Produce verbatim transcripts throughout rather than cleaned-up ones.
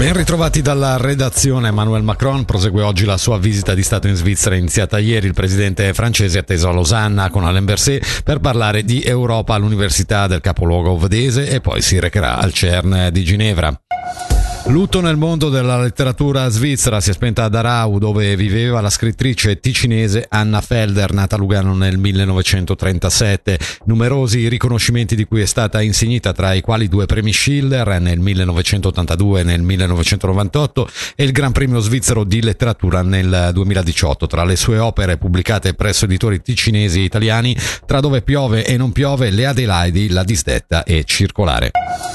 Ben ritrovati dalla redazione. Emmanuel Macron prosegue oggi la sua visita di Stato in Svizzera, iniziata ieri. Il presidente francese è atteso a Losanna con Alain Berset per parlare di Europa all'Università del capoluogo svedese e poi si recherà al CERN di Ginevra. Lutto nel mondo della letteratura svizzera. Si è spenta ad Aarau, dove viveva la scrittrice ticinese Anna Felder, nata a Lugano nel millenovecentotrentasette. Numerosi riconoscimenti di cui è stata insignita, tra i quali due premi Schiller nel millenovecentottantadue e nel millenovecentonovantotto e il Gran Premio svizzero di letteratura nel duemiladiciotto. Tra le sue opere pubblicate presso editori ticinesi e italiani, Tra dove piove e non piove, Le Adelaidi, La disdetta e Circolare.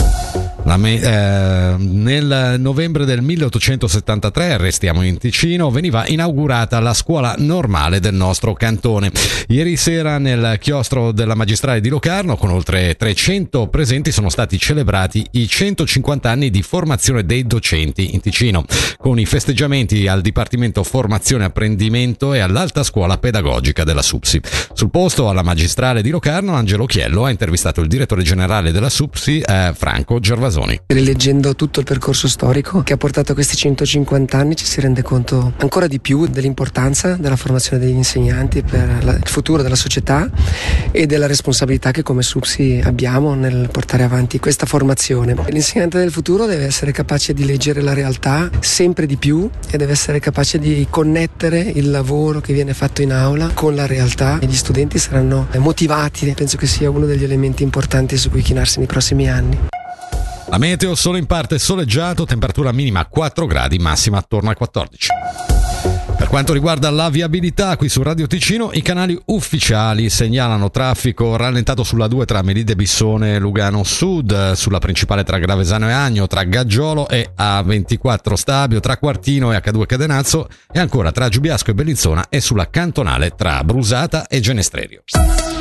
La me- eh, nel novembre del milleottocentosettantatré, restiamo in Ticino, veniva inaugurata la scuola normale del nostro cantone. Ieri sera nel chiostro della magistrale di Locarno, con oltre trecento presenti, sono stati celebrati i centocinquanta anni di formazione dei docenti in Ticino, con i festeggiamenti al Dipartimento Formazione e Apprendimento e all'Alta Scuola Pedagogica della SUPSI. Sul posto, alla magistrale di Locarno, Angelo Chiello ha intervistato il direttore generale della SUPSI, eh, Franco Gervasoni. Rileggendo tutto il percorso storico che ha portato a questi centocinquanta anni, ci si rende conto ancora di più dell'importanza della formazione degli insegnanti per la, il futuro della società e della responsabilità che come SUPSI abbiamo nel portare avanti questa formazione. L'insegnante del futuro deve essere capace di leggere la realtà sempre di più e deve essere capace di connettere il lavoro che viene fatto in aula con la realtà, e gli studenti saranno motivati. Penso che sia uno degli elementi importanti su cui chinarsi nei prossimi anni. La meteo: solo in parte soleggiato, temperatura minima quattro gradi, massima attorno ai quattordici. Per quanto riguarda la viabilità, qui su Radio Ticino i canali ufficiali segnalano traffico rallentato sulla due tra Melide Bissone e Lugano Sud, sulla principale tra Gravesano e Agno, tra Gaggiolo e A ventiquattro Stabio, tra Quartino e acca due Cadenazzo, e ancora tra Giubiasco e Bellinzona e sulla cantonale tra Brusata e Genestrerio.